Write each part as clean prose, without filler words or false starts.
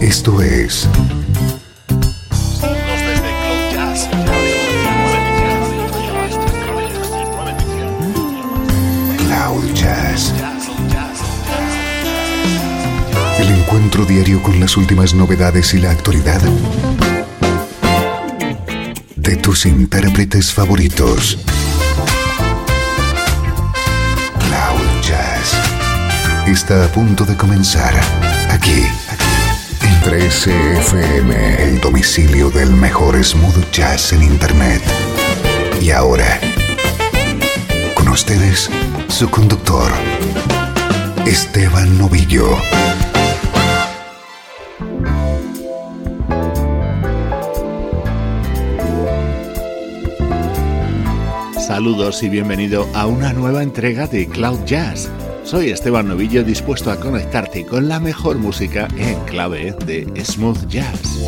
Esto es Cloud Jazz. El encuentro diario con las últimas novedades y la actualidad de tus intérpretes favoritos. Cloud Jazz está a punto de comenzar aquí en 13FM, el domicilio del mejor smooth jazz en internet. Y ahora, con ustedes, su conductor, Esteban Novillo. Saludos y bienvenido a una nueva entrega de Cloud Jazz. Soy Esteban Novillo, dispuesto a conectarte con la mejor música en clave de smooth jazz.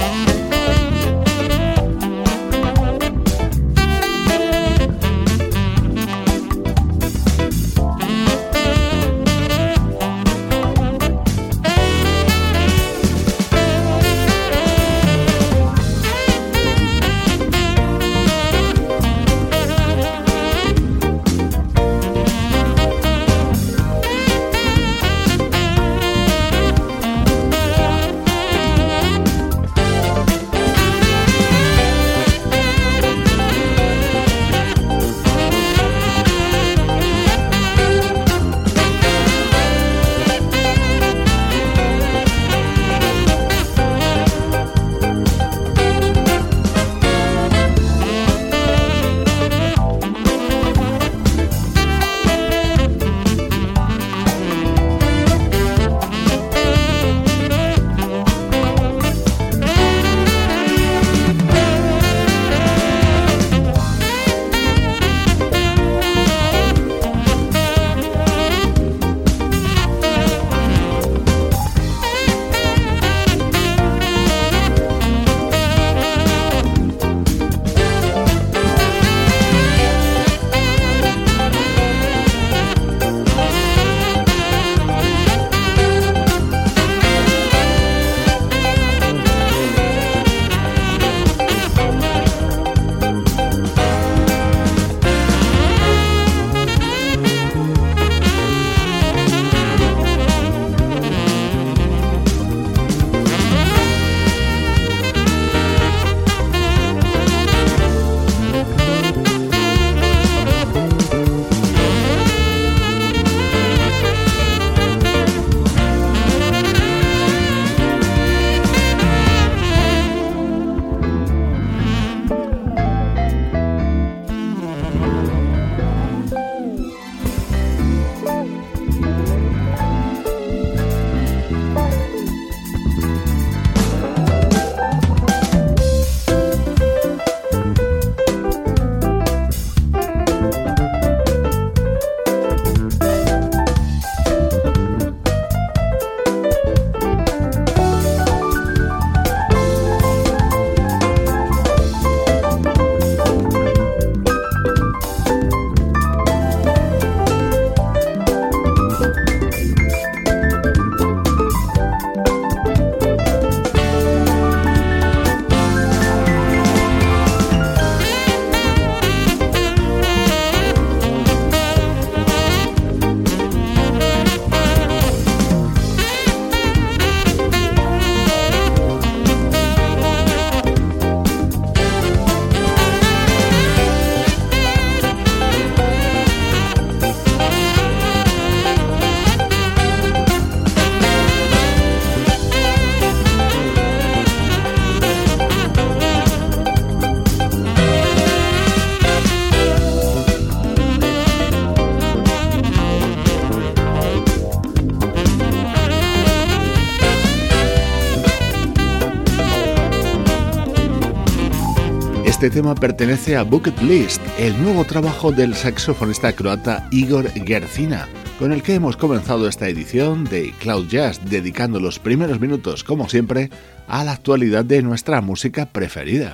Este tema pertenece a Bucket List, el nuevo trabajo del saxofonista croata Igor Gercina, con el que hemos comenzado esta edición de Cloud Jazz, dedicando los primeros minutos, como siempre, a la actualidad de nuestra música preferida.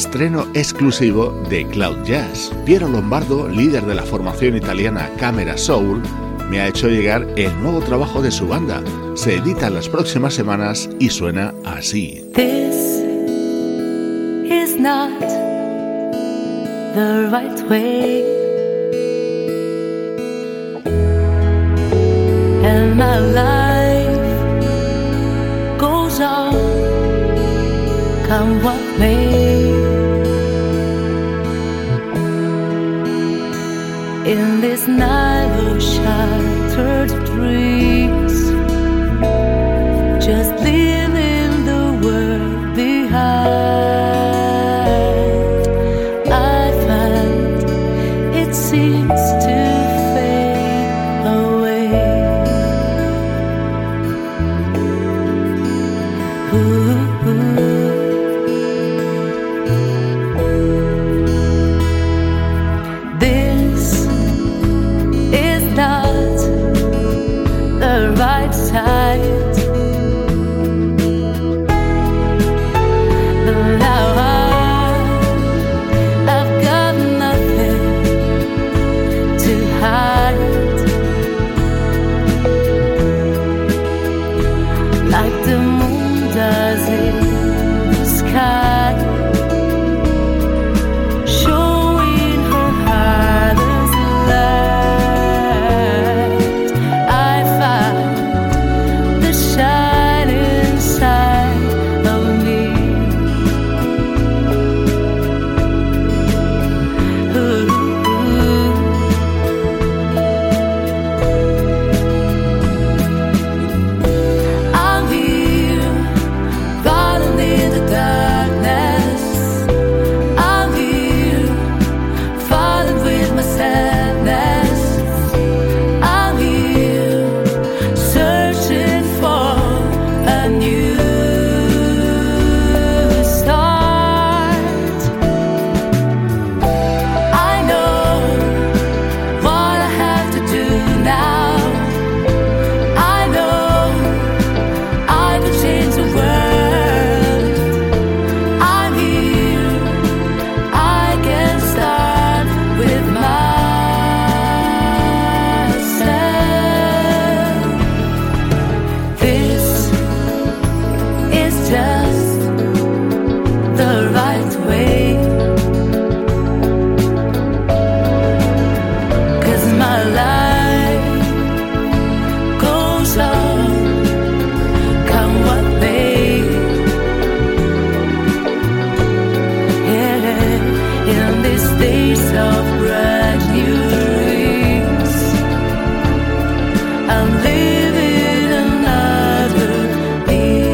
estreno exclusivo de Cloud Jazz. Piero Lombardo, líder de la formación italiana Camera Soul, me ha hecho llegar el nuevo trabajo de su banda. Se edita en las próximas semanas y suena así. This is not the right way, and my life goes on, come what may. In this night of shattered dreams, just leaving the world behind, I find it seems to fade away. Ooh. Right side, but now I've got nothing to hide, like the moon does in the sky, showing her hardest light. I find shine inside of me. Ooh. I'm here, falling in the darkness. I'm here, falling with my sadness. I'm here, searching for a new start. I know what I have to do now. I know I can change the world. I'm here, I can start with myself. This is just the right way, 'cause my life goes on, come what may. Yeah, in these days of brand new dreams, I'm living another me.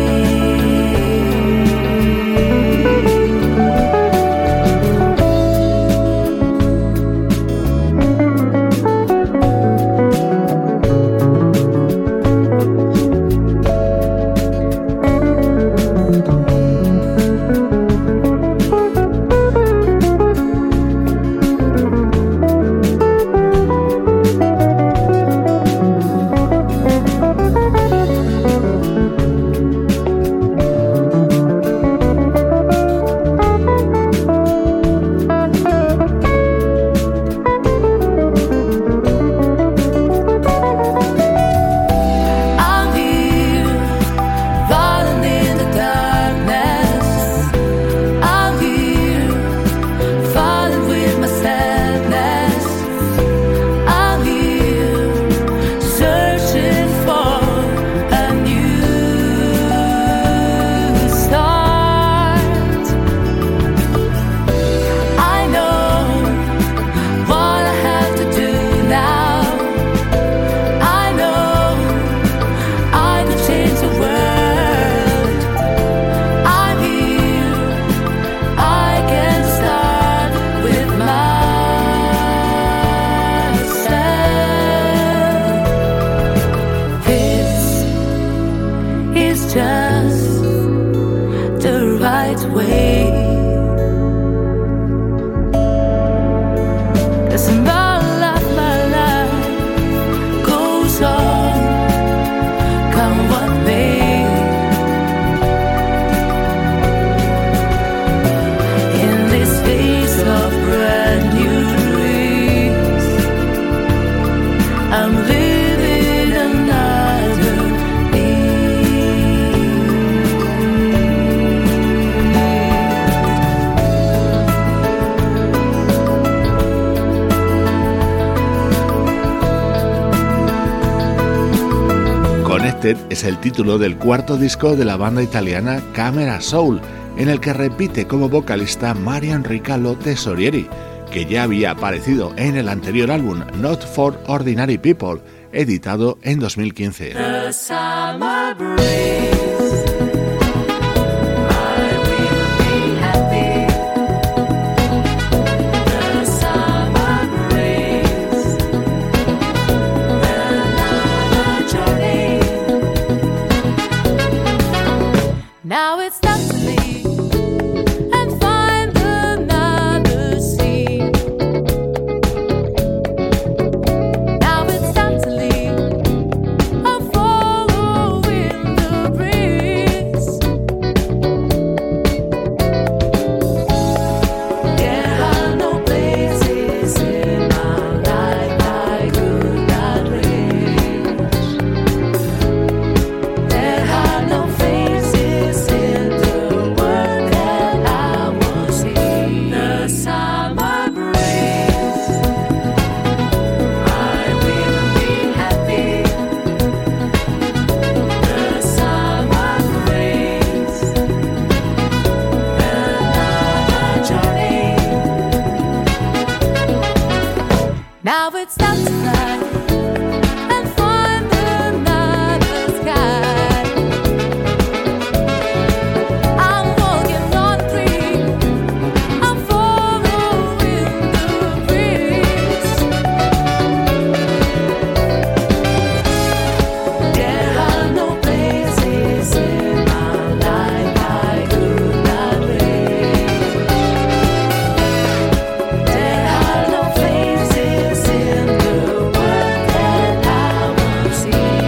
I'm here, falling in the darkness. I'm here, falling with my sadness. I'm here, searching for a new start. I know what I have to do now. I know I can change the world. I'm here, I can start with myself. This is just the right way, 'cause my life goes on, come what may. In Connected es el título del cuarto disco de la banda italiana Camera Soul, en el que repite como vocalista Marian Ricalo Tesorieri, que ya había aparecido en el anterior álbum Not for Ordinary People, editado en 2015. Now it's time to leave and find another sea. Now it's time to leave and follow in the breeze. There are no places in my life I could not reach. There are no faces in the world that I won't see. The summer breeze, I will be happy. The summer breeze, another journey. Now it's time to fly and find another sky. I'm walking on free. I'm following the breeze. There are no places in my life I could not reach. There are no faces in the world that I won't see.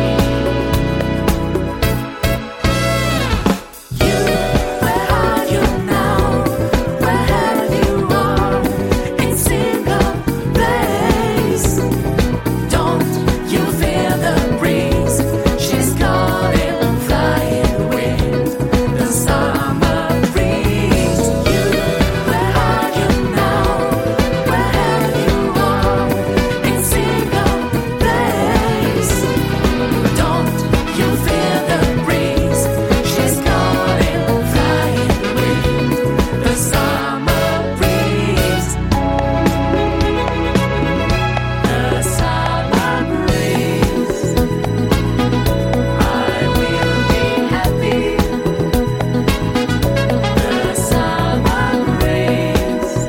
You, where are you now? Wherever you are, in single place. Don't you feel the breeze? She's calling, flying with the summer breeze. You, where are you now? Wherever you are, in single place. Don't you feel the breeze? She's calling, flying with the summer breeze. The summer breeze. I will be happy. The summer breeze.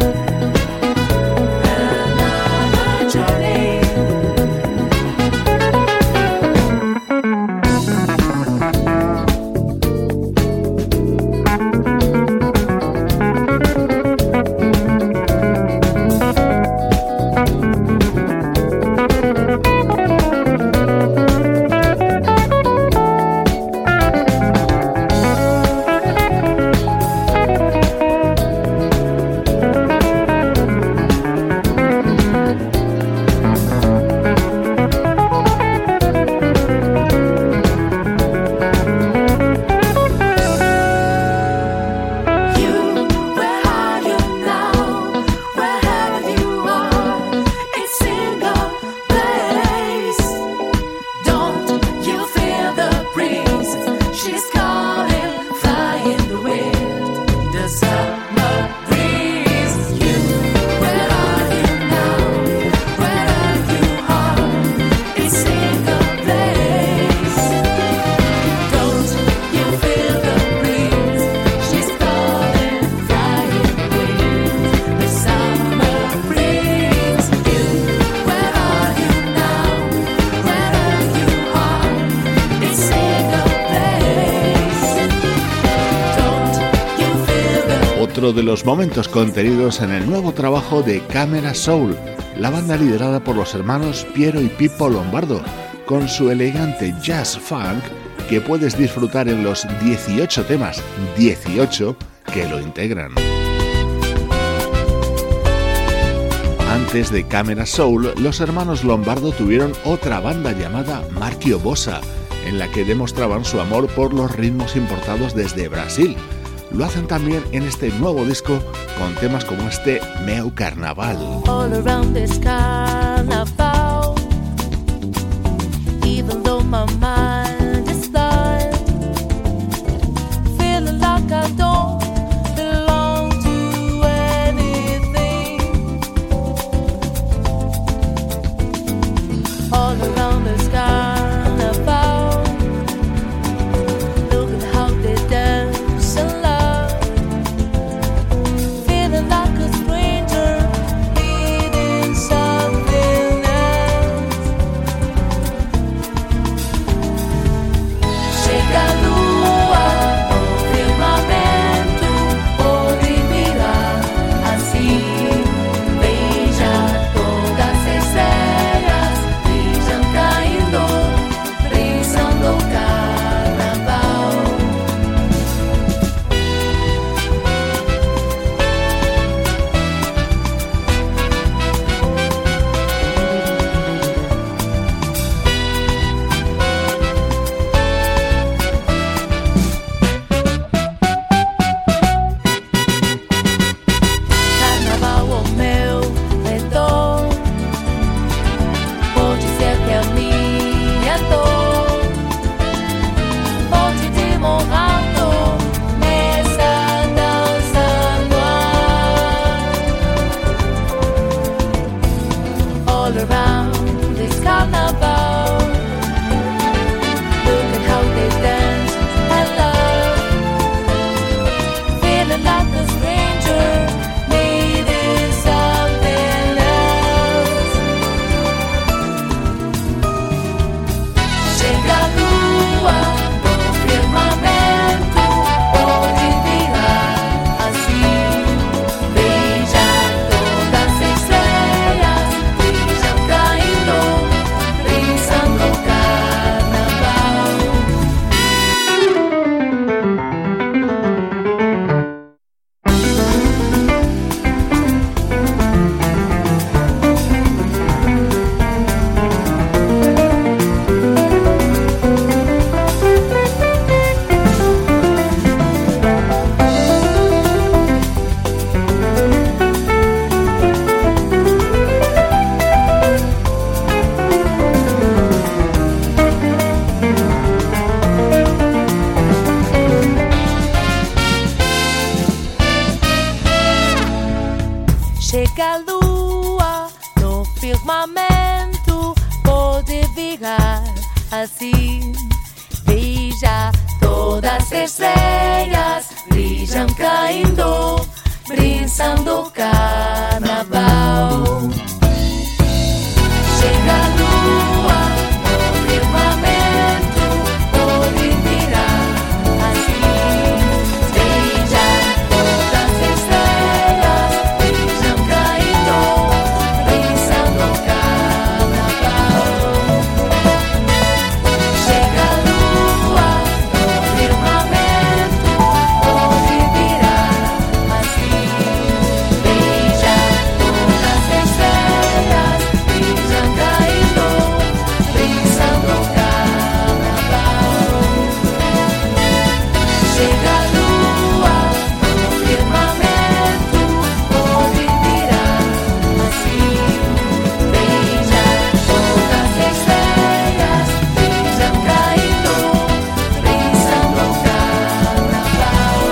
Another journey. You, where are you now? Wherever you are, in single place. Don't you feel the breeze? She's calling, flying the wind. The summer breeze. You, where are you now? Wherever you are, in single place. Don't you feel the breeze? She's calling, flying with the summer breeze. You, where are you now? Wherever you are, in single place. Don't you feel the Otro de los momentos contenidos en el nuevo trabajo de Camera Soul, la banda liderada por los hermanos Piero y Pippo Lombardo, con su elegante jazz funk que puedes disfrutar en los 18 temas, 18 que lo integran. Antes de Camera Soul, los hermanos Lombardo tuvieron otra banda llamada Marchio Bossa, en la que demostraban su amor por los ritmos importados desde Brasil. Lo hacen también en este nuevo disco con temas como este Meu Carnaval. all around this carnival. Even though my mind is Las estrellas brillan caindo, brindando carnaval. Chega a lua no firmamento, todo virá assim. Veja todas as estrelas brilham caindo, brindando carnaval. Chega a lua no firmamento, todo virá assim. Veja todas as estrelas brilham caindo, brindando carnaval. Chega a lua no firmamento, todo virá assim. Veja todas as estrelas brilham caindo, brindando carnaval.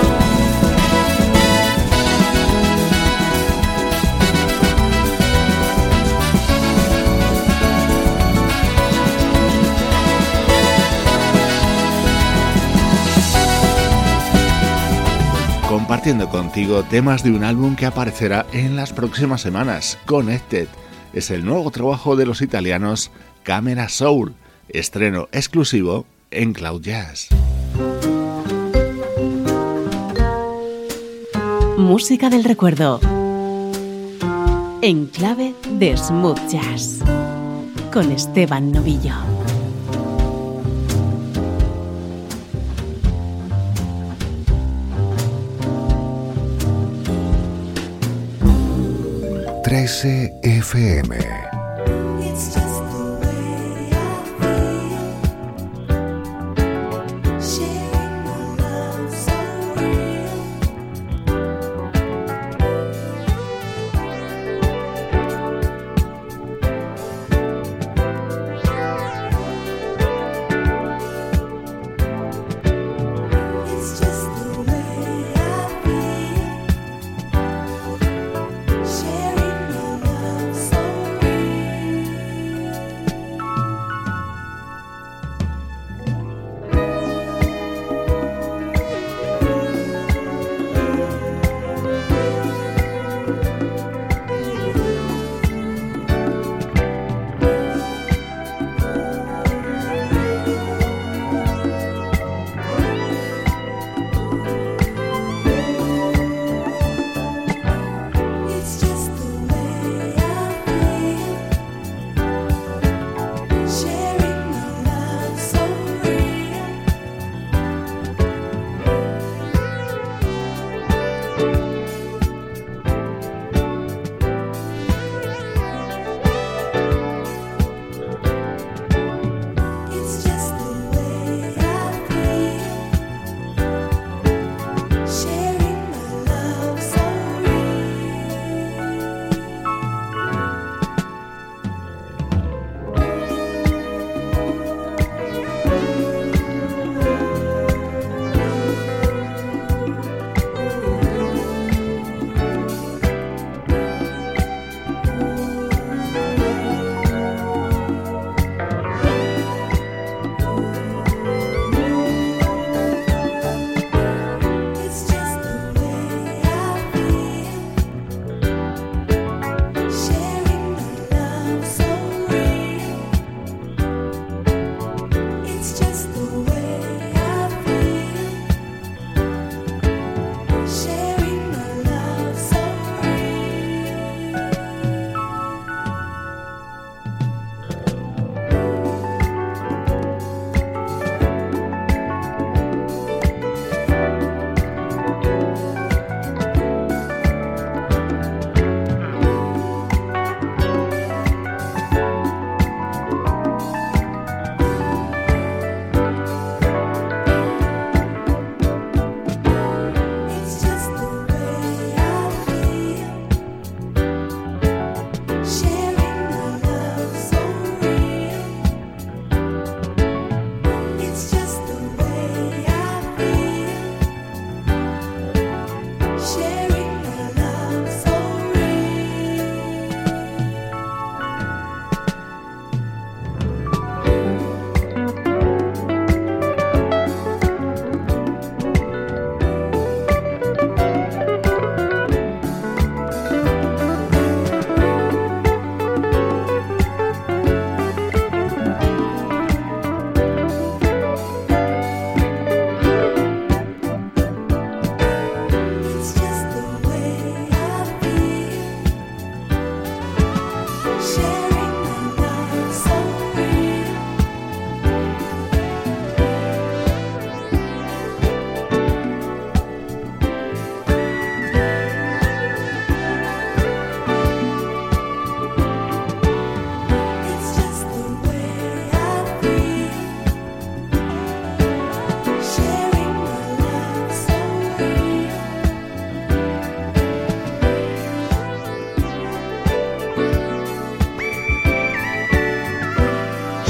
Compartiendo contigo temas de un álbum que aparecerá en las próximas semanas. Connected es el nuevo trabajo de los italianos Camera Soul, estreno exclusivo en Cloud Jazz. Música del recuerdo. En clave de smooth jazz. Con Esteban Novillo. Trece FM. It's just the way I feel, sharing my love so real. It's just the way I feel, sharing my love so real.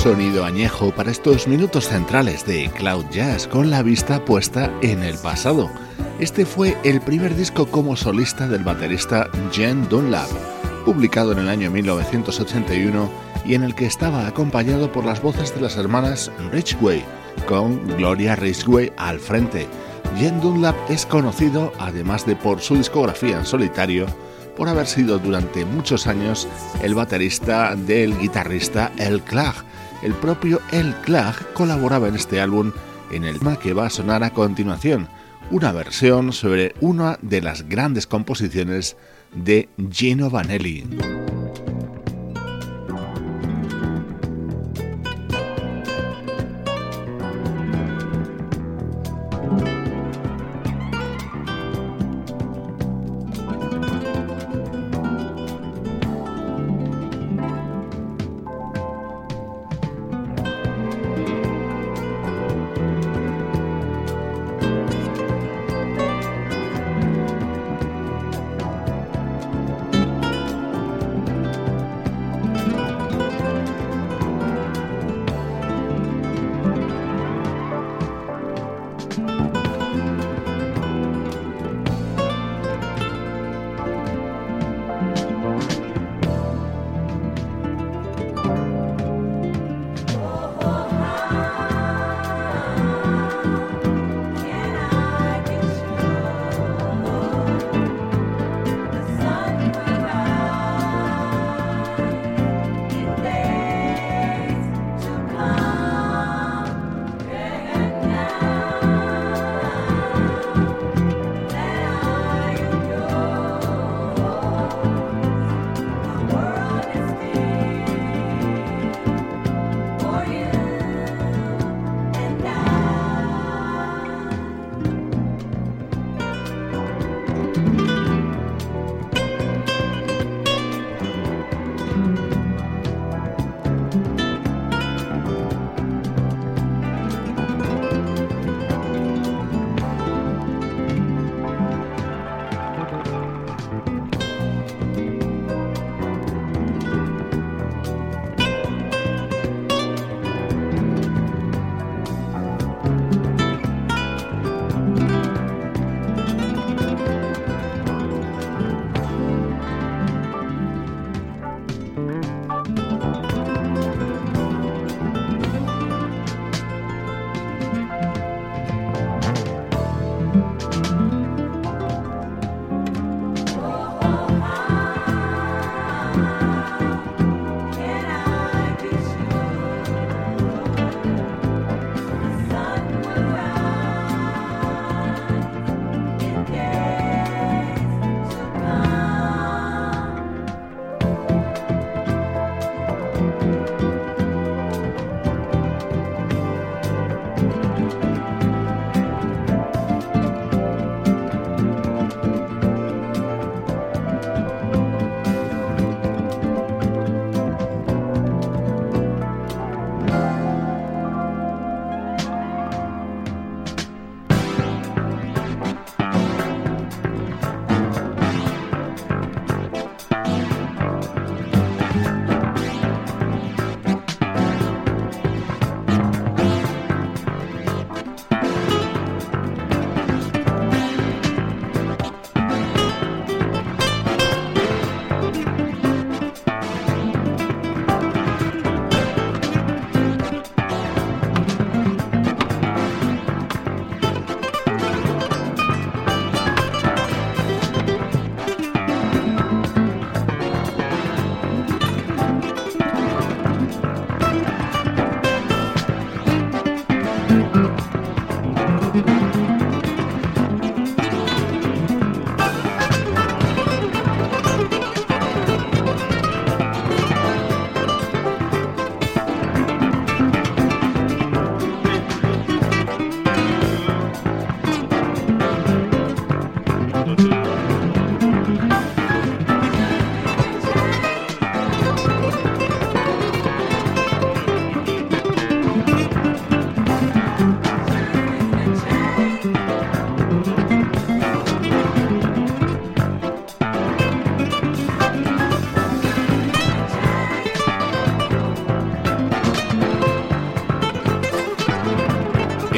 sonido añejo para estos minutos centrales de Cloud Jazz con la vista puesta en el pasado. Este fue el primer disco como solista del baterista Gene Dunlap, publicado en el año 1981 y en el que estaba acompañado por las voces de las hermanas Ridgway, con Gloria Ridgway al frente. Gene Dunlap es conocido, además de por su discografía en solitario, por haber sido durante muchos años el baterista del guitarrista El Clag. El propio El Clag colaboraba en este álbum en el tema que va a sonar a continuación, una versión sobre una de las grandes composiciones de Gino Vanelli.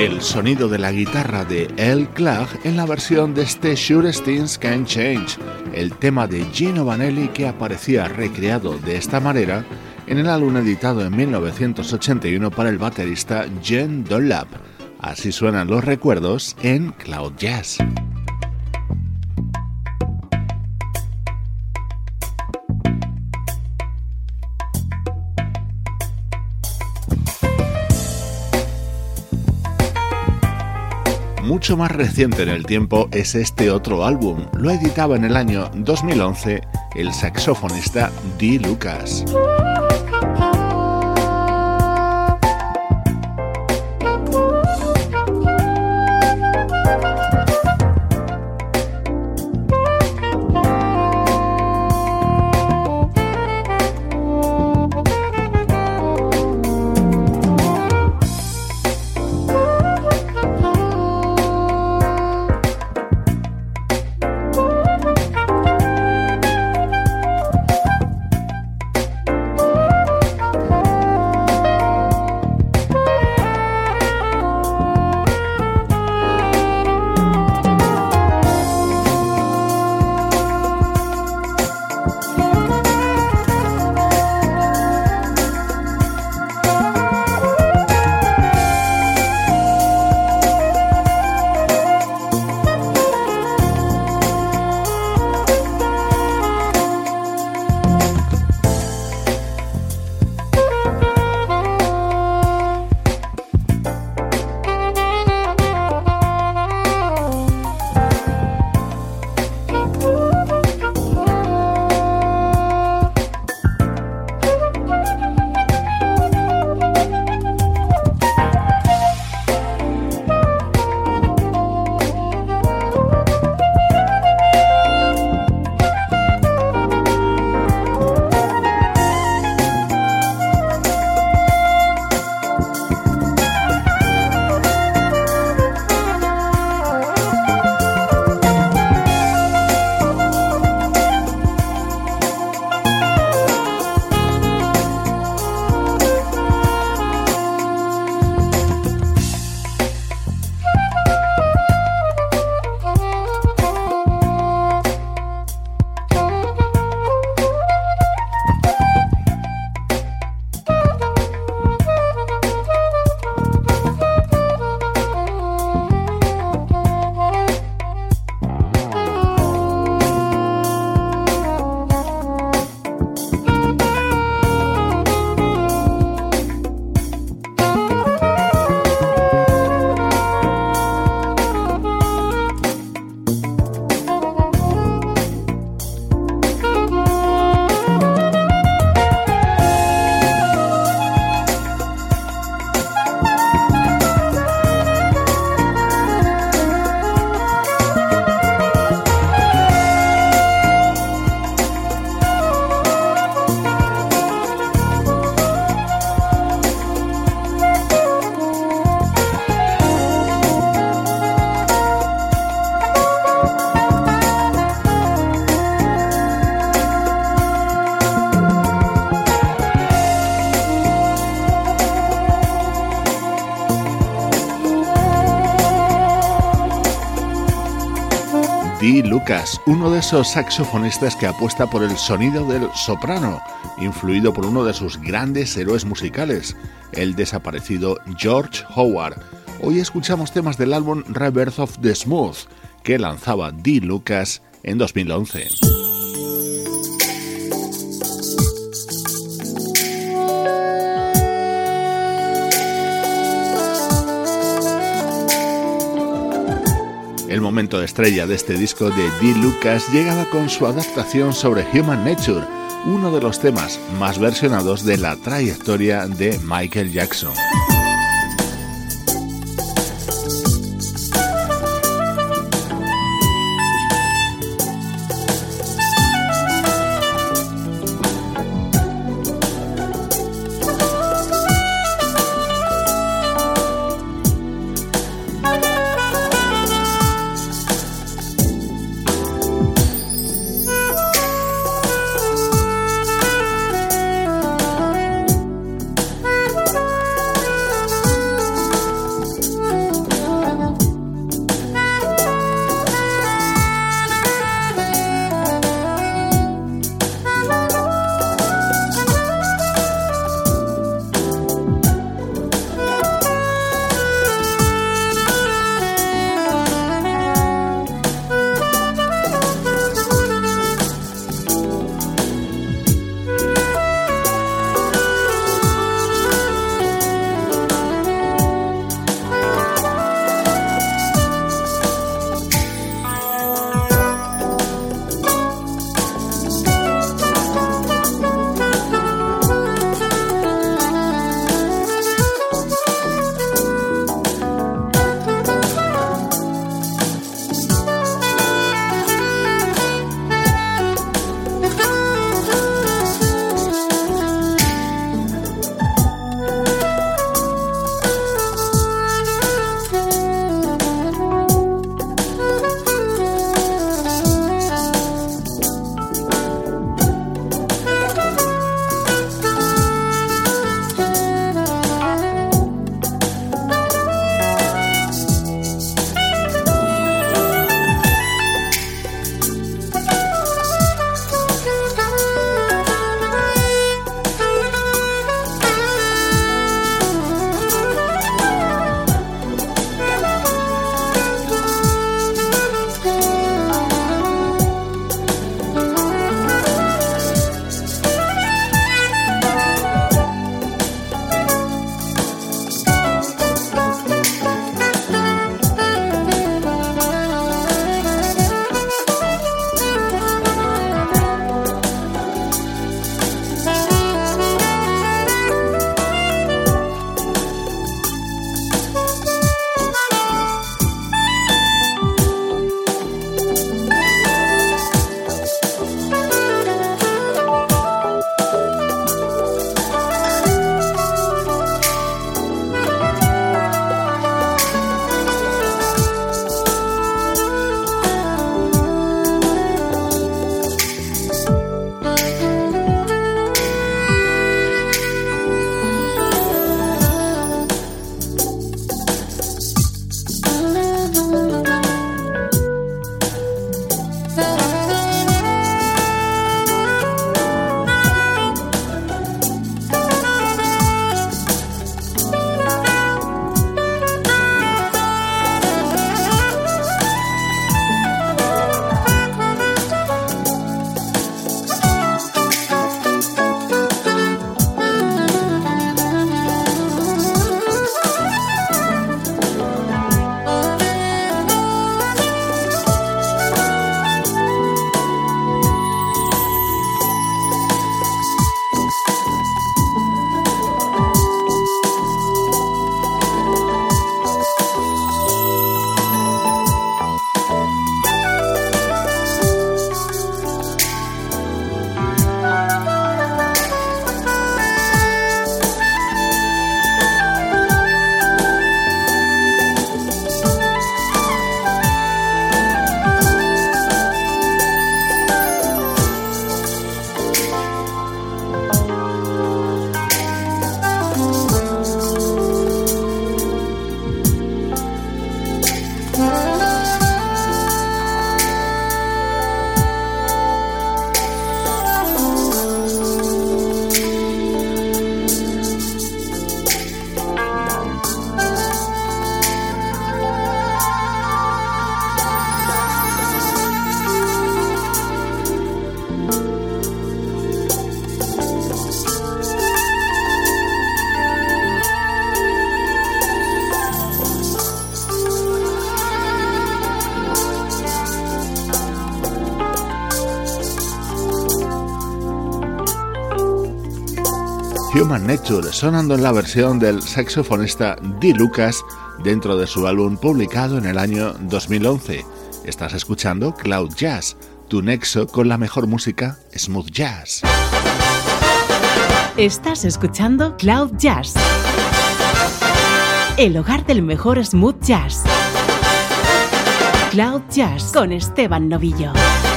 el sonido de la guitarra de Earl Clark en la versión de este Sure Things Can Change, el tema de Gino Vanelli que aparecía recreado de esta manera en el álbum editado en 1981 para el baterista Jen Dunlap. Así suenan los recuerdos en Cloud Jazz. Mucho más reciente en el tiempo es este otro álbum. Lo editaba en el año 2011 el saxofonista Dee Lucas. Dee Lucas, uno de esos saxofonistas que apuesta por el sonido del soprano, influido por uno de sus grandes héroes musicales, el desaparecido George Howard. Hoy escuchamos temas del álbum Rebirth of the Smooth, que lanzaba Dee Lucas en 2011. El momento de estrella de este disco de Dee Lucas llegaba con su adaptación sobre Human Nature, uno de los temas más versionados de la trayectoria de Michael Jackson. Human Nature, sonando en la versión del saxofonista Dee Lucas dentro de su álbum publicado en el año 2011. Estás escuchando Cloud Jazz, tu nexo con la mejor música smooth jazz. Estás escuchando Cloud Jazz, el hogar del mejor smooth jazz. Cloud Jazz con Esteban Novillo.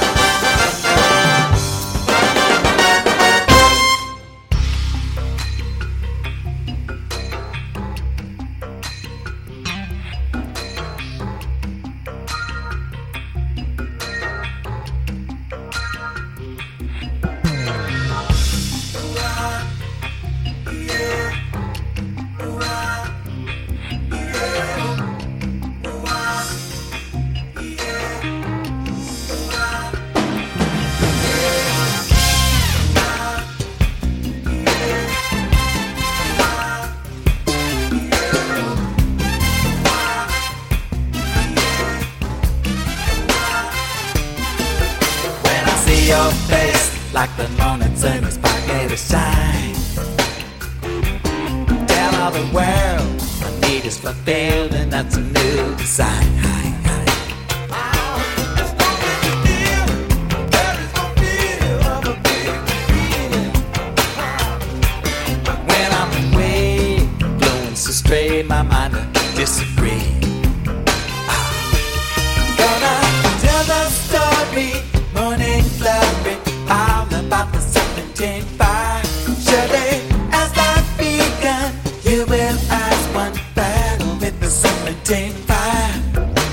Your face like the morning sun is pocket of shine. Tell all the world my need is fulfilled and that's a new design. When I'm away, blowing so straight, my mind will disagree. Gonna tell the story. Morning glory, all about the 17 fire. Surely, as life begun, you will ask one battle with the 17 fire.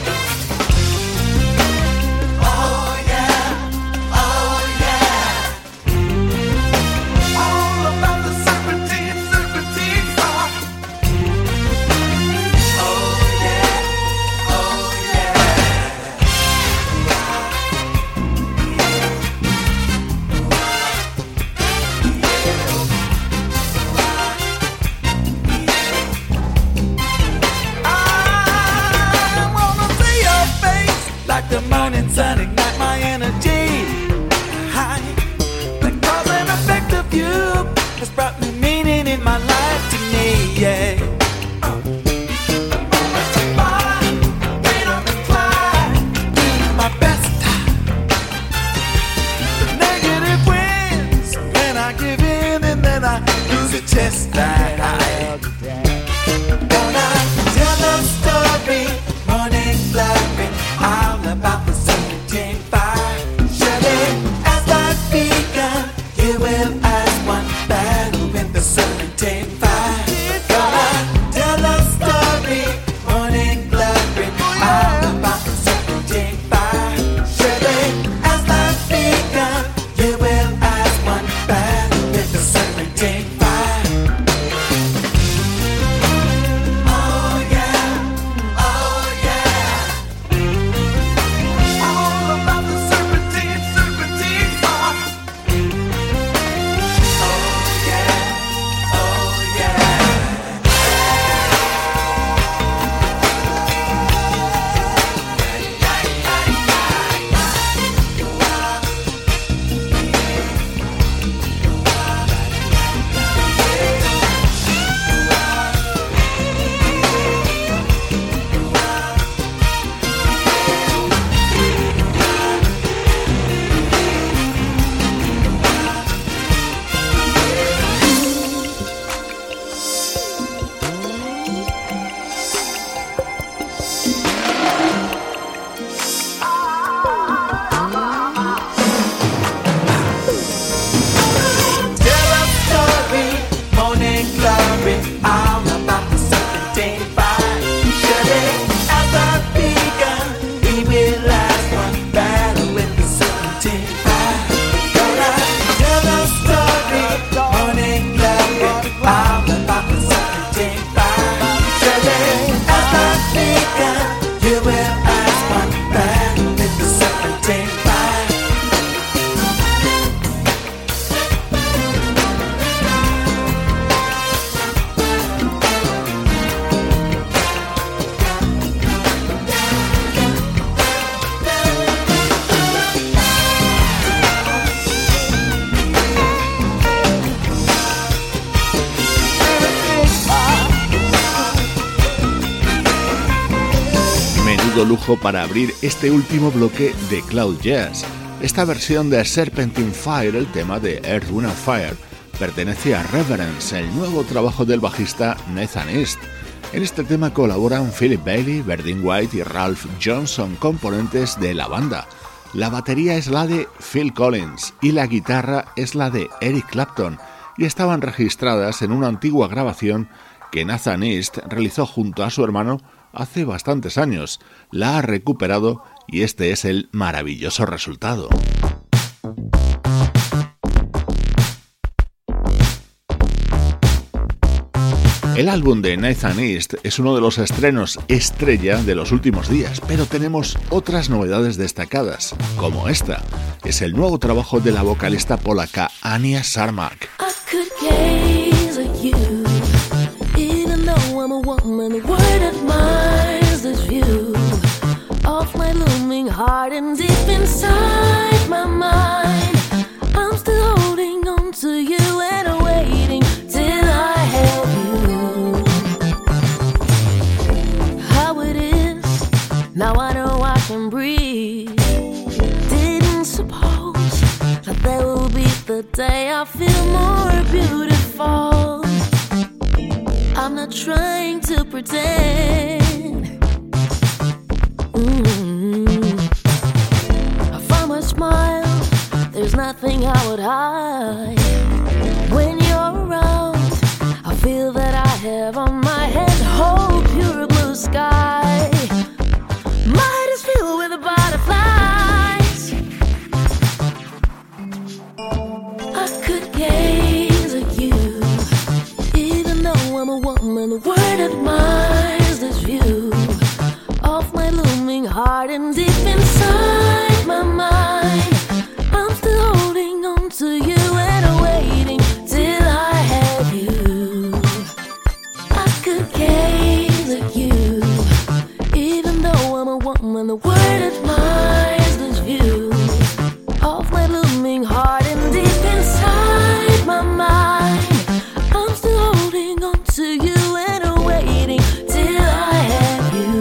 menudo lujo para abrir este último bloque de Cloud Jazz. Esta versión de Serpentine Fire, el tema de Earth, Wind & Fire, pertenece a Reverence, el nuevo trabajo del bajista Nathan East. En este tema colaboran Philip Bailey, Verdine White y Ralph Johnson, componentes de la banda. La batería es la de Phil Collins y la guitarra es la de Eric Clapton, y estaban registradas en una antigua grabación que Nathan East realizó junto a su hermano hace bastantes años. La ha recuperado y este es el maravilloso resultado. El álbum de Nathan East es uno de los estrenos estrella de los últimos días, pero tenemos otras novedades destacadas, como esta. Es el nuevo trabajo de la vocalista polaca Ania Sarmak. I could gaze at you, even though I'm a woman. The word admires this view of my looming heart, and deep inside my mind, I'm still holding on to you and waiting till I have you. How it is, now I know I can breathe. Didn't suppose that there will be the day I feel more beautiful. I'm not trying to pretend. I found my smile, there's nothing I would hide. When you're around, I feel that I have on my head whole pure blue sky. Might is filled with butterflies. I could gaze at you, even though I'm a woman. The world admires this view of my looming heart, and deep inside my mind, I'm still holding on to you and waiting till I have you. I could gaze at you, even though I'm a woman. The world admires this view of my looming heart, and deep inside my mind, I'm still holding on to you and waiting till I have you.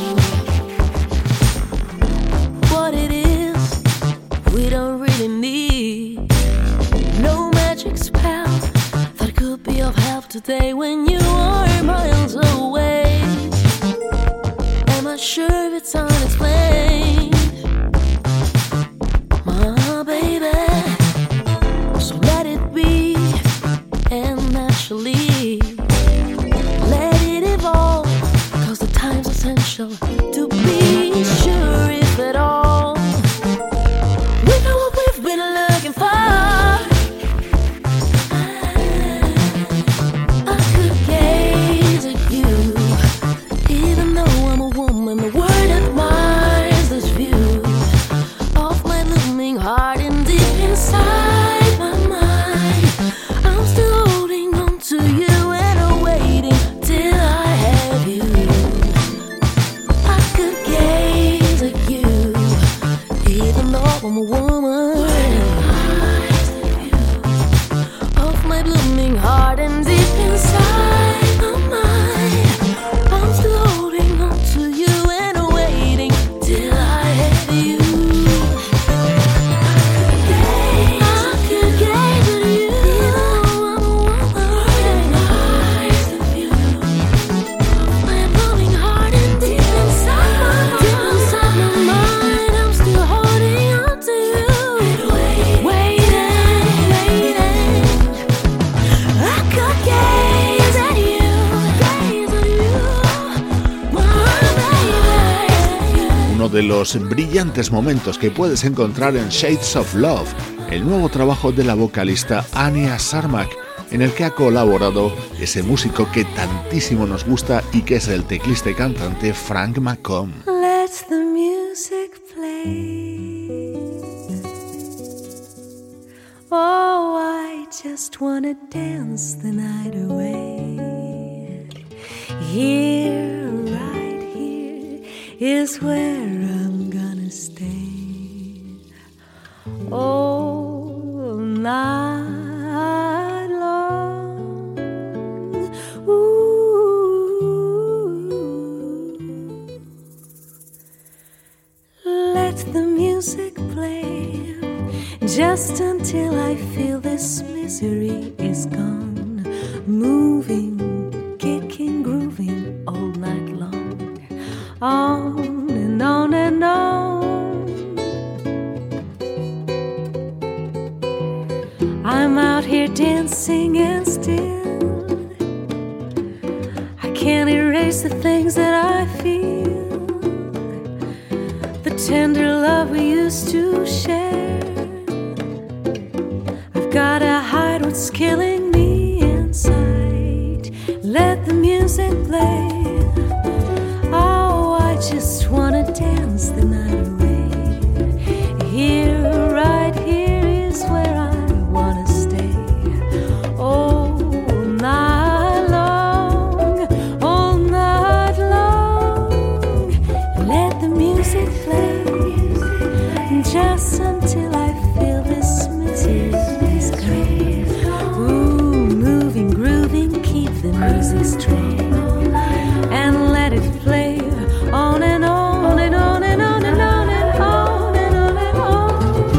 What it is, we don't really need no magic spell that could be of help today when you are miles away. Am I sure it's unexplained, my baby? So let it be, and naturally let it evolve, 'cause the time's essential to be sure if at all we know what we've been looking for. I could gaze at you, even though I'm a woman. The world admires this view of my looming heart, and deep inside my mind, I'm still holding on to you and waiting till I have you. I could gaze at you, even though I'm a woman. Of my blooming heart, and deep inside my mind, I'm still holding on to you and waiting till I have you. I could gaze at you, even though I'm a woman. Of my blooming heart, and deep inside my mind, I'm still holding on to you, waiting. I could gaze at you, my baby. Uno de los brillantes momentos que puedes encontrar en Shades of Love, el nuevo trabajo de la vocalista Ania Sarmak, en el que ha colaborado ese músico que tantísimo nos gusta y que es el teclista y cantante Frank McComb. Let the music play. Oh, I just wanna dance the night away. Here, right here, is where I'm gonna stay. Oh, night long. Ooh. the music play just until I feel this misery is gone. Moving, kicking, grooving all night long. On and on and on. I'm out here dancing and still I can't erase the things that I feel, the tender love we used to share. I've gotta hide what's killing me inside. Let the music play. Oh, I just wanna dance the night away. Here, right here is where I wanna stay. All night long, all night long. Let the music play just until I feel this misery is gone. Ooh, moving, grooving, keep the music strong. And let it play on and on and on and on and on and on and on and on.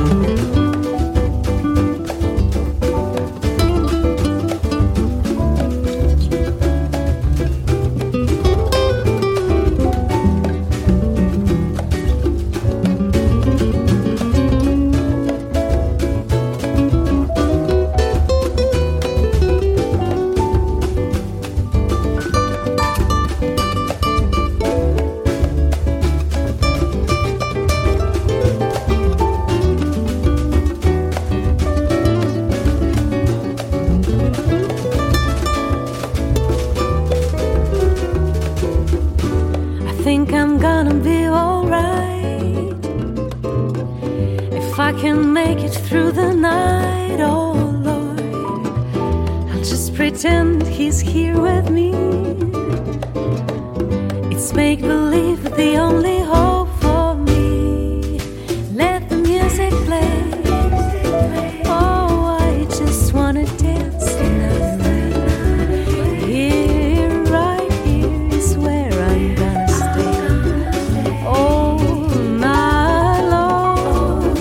I think I'm gonna be alright if I can make it through the night. Oh Lord, I'll just pretend he's here with me. It's make believe, but the only hope for me. Let the music play. Oh, I just wanna dance the night away. Here, right here is where I'm gonna stay. All night long.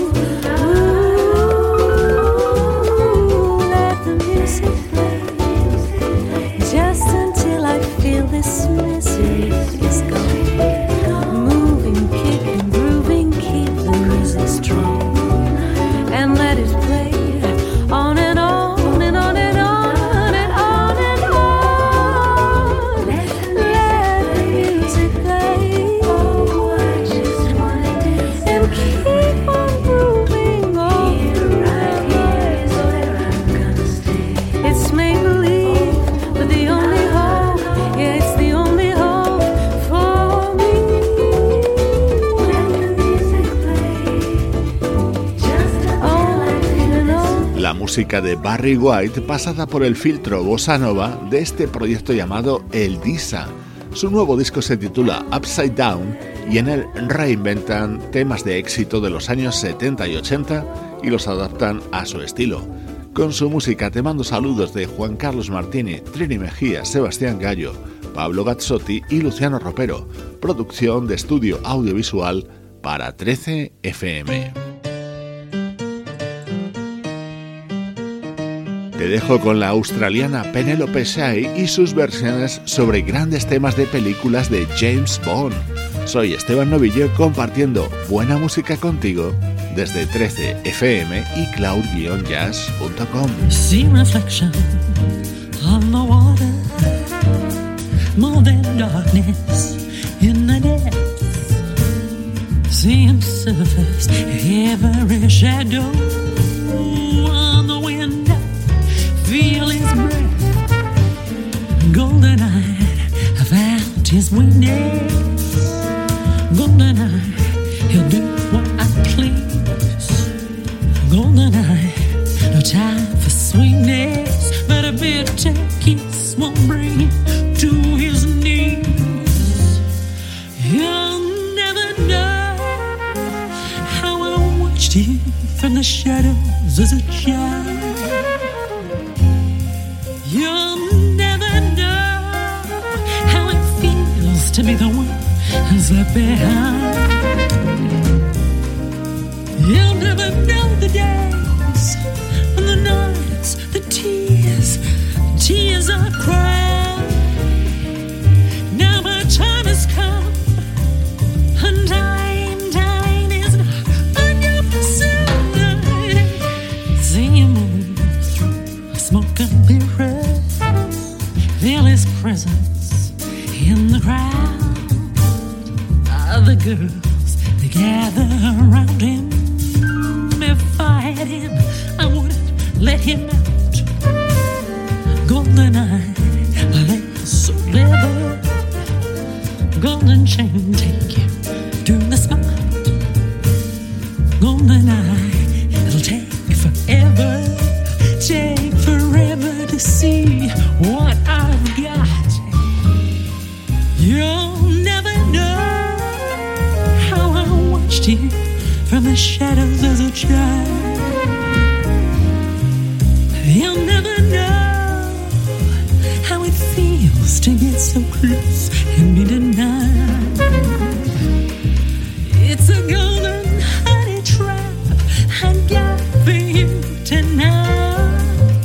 Ooh, let the music play just until I feel this misery is gone. Moving, kicking, grooving, keep the music strong. And let it play on and on and on and on and on and on. Let the music play. Oh, I just wanna dance and keep on grooving. Oh, right here is where I'm gonna stay. It's make believe, but the only hope, yeah, it's the only hope for me. Let the music play just until I feel on. La música de Barry White pasada por el filtro bossa nova de este proyecto llamado El Disa. Su nuevo disco se titula Upside Down y en él reinventan temas de éxito de los años 70 y 80 y los adaptan a su estilo. Con su música te mando saludos de Juan Carlos Martini, Trini Mejía, Sebastián Gallo, Pablo Gazzotti y Luciano Ropero. Producción de estudio audiovisual para 13 FM. Te dejo con la australiana Penelope Shea y sus versiones sobre grandes temas de películas de James Bond. Soy Esteban Novillo compartiendo buena música contigo desde 13 FM y cloud-jazz.com. See reflection on the water, more than darkness in the depths. Seeing surface every shadow on the wind. Feel his breath, golden eyed, I found his weakness. Golden eye, he'll do what I please. Golden eye, no time for sweetness, but a bitter kiss won't bring him to his knees. You'll never know how I watched him from the shadows as a child. You'll never know how it feels to be the one who's left behind. know the days and the nights, the tears I cried. Now my time has come, and time is on your side. See you move through smoke and mirrors, feel his presence in the crowd. Other girls, they gather around him. If I had him, I wouldn't let him out. Golden eye, lace so leather, golden chain take you to the spot. Golden eye, it'll take forever to see what I've got. You'll never know how I watched you from the shadows as a child. You'll never know how it feels to get so close and be denied. It's a golden honey trap I got for you tonight.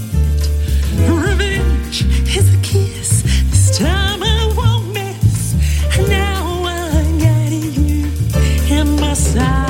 Revenge is a kiss, this time I won't miss. And now I got you in my sights.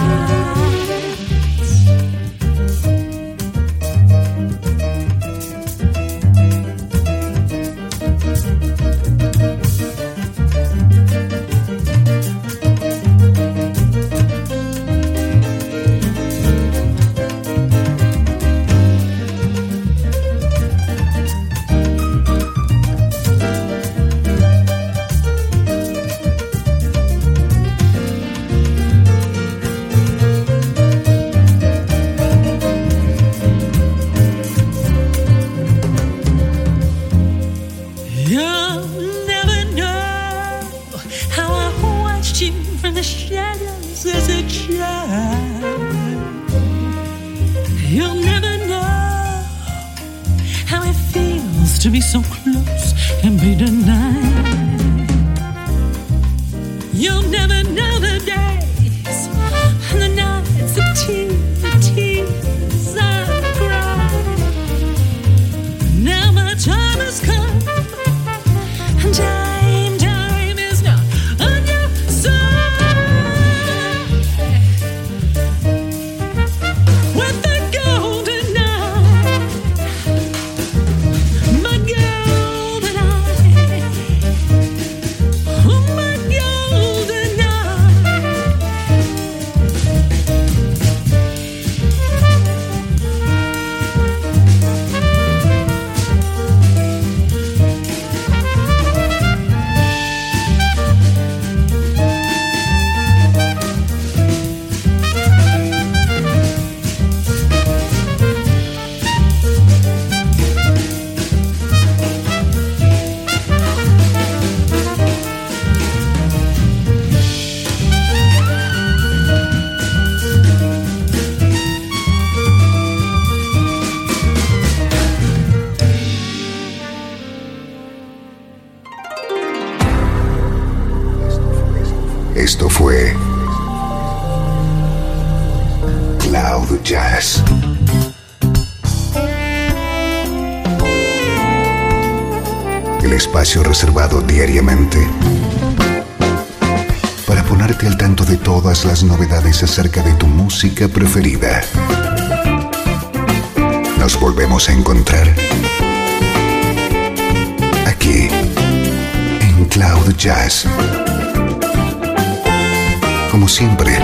To be so close and be denied. You'll never know the days and the nights, the tears I cried. Now my time has come, and time is not on your side. With the golden eye, my golden eye, oh my golden eye. Esto fue Cloud Jazz. El espacio reservado diariamente para ponerte al tanto de todas las novedades acerca de tu música preferida. Nos volvemos a encontrar aquí en Cloud Jazz. Como siempre,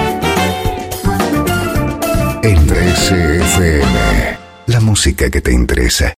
en 13 FM, la música que te interesa.